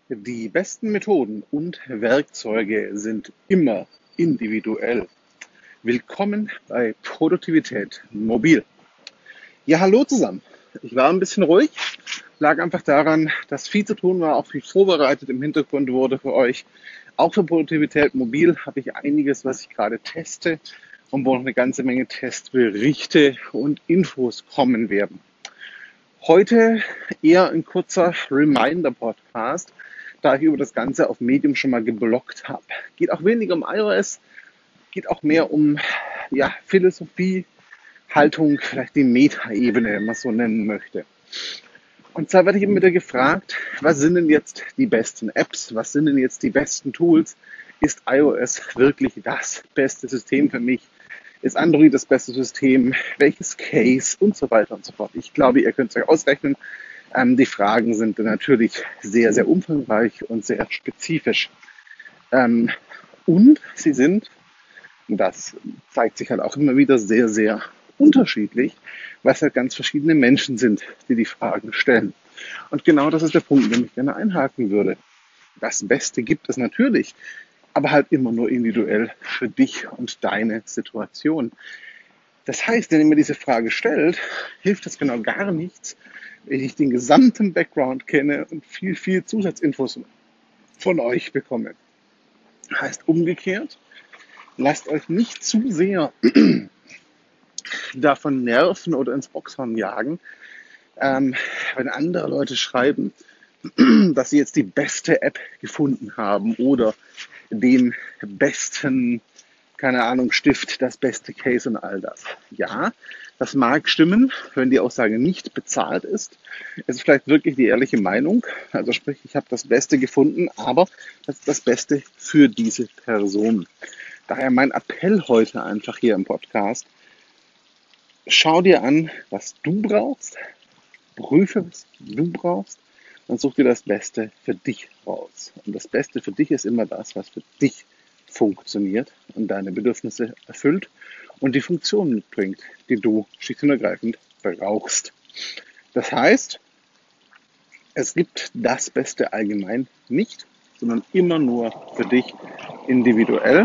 Die besten Methoden und Werkzeuge sind immer individuell. Willkommen bei Produktivität Mobil. Ja, hallo zusammen. Ich war ein bisschen ruhig, lag einfach daran, dass viel zu tun war, auch viel vorbereitet im Hintergrund wurde für euch. Auch für Produktivität Mobil habe ich einiges, was ich gerade teste und wo noch eine ganze Menge Testberichte und Infos kommen werden. Heute eher ein kurzer Reminder-Podcast, da ich über das Ganze auf Medium schon mal geblockt habe. Geht auch weniger um iOS, geht auch mehr um Philosophie, Haltung, vielleicht die Meta-Ebene, wenn man es so nennen möchte. Und zwar werde ich immer wieder gefragt, was sind denn jetzt die besten Apps, was sind denn jetzt die besten Tools? Ist iOS wirklich das beste System für mich? Ist Android das beste System? Welches Case? Und so weiter und so fort. Ich glaube, ihr könnt es euch ausrechnen. Die Fragen sind natürlich sehr, sehr umfangreich und sehr spezifisch. Und sie sind, und das zeigt sich halt auch immer wieder, sehr, sehr unterschiedlich, weil es halt ganz verschiedene Menschen sind, die die Fragen stellen. Und genau das ist der Punkt, den ich gerne einhaken würde. Das Beste gibt es natürlich, aber halt immer nur individuell für dich und deine Situation. Das heißt, wenn ihr mir diese Frage stellt, hilft das genau gar nichts, wenn ich den gesamten Background kenne und viel, viel Zusatzinfos von euch bekomme. Heißt umgekehrt, lasst euch nicht zu sehr davon nerven oder ins Boxhorn jagen, wenn andere Leute schreiben, dass sie jetzt die beste App gefunden haben oder den besten, keine Ahnung, Stift, das beste Case und all das. Ja, das mag stimmen, wenn die Aussage nicht bezahlt ist. Es ist vielleicht wirklich die ehrliche Meinung. Also sprich, ich habe das Beste gefunden, aber das ist das Beste für diese Person. Daher mein Appell heute einfach hier im Podcast. Schau dir an, was du brauchst, prüfe, was du brauchst und such dir das Beste für dich raus. Und das Beste für dich ist immer das, was für dich funktioniert und deine Bedürfnisse erfüllt und die Funktion mitbringt, die du schlicht und ergreifend brauchst. Das heißt, es gibt das Beste allgemein nicht, sondern immer nur für dich individuell.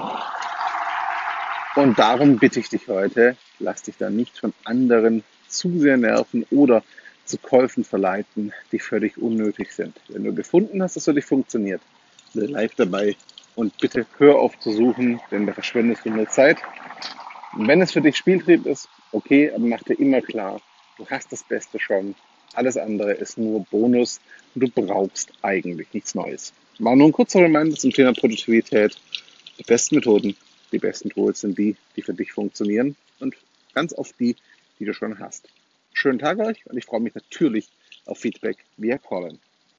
Und darum bitte ich dich heute, lass dich da nicht von anderen zu sehr nerven oder zu Käufen verleiten, die völlig unnötig sind. Wenn du gefunden hast, dass für dich funktioniert, bleib dabei und bitte hör auf zu suchen, denn da verschwendest du nur Zeit. Und wenn es für dich Spieltrieb ist, okay, aber mach dir immer klar, du hast das Beste schon. Alles andere ist nur Bonus und du brauchst eigentlich nichts Neues. War nur ein kurzer Reminder zum Thema Produktivität. Die besten Methoden, die besten Tools sind die, die für dich funktionieren und ganz oft die, die du schon hast. Schönen Tag euch und ich freue mich natürlich auf Feedback via Callen.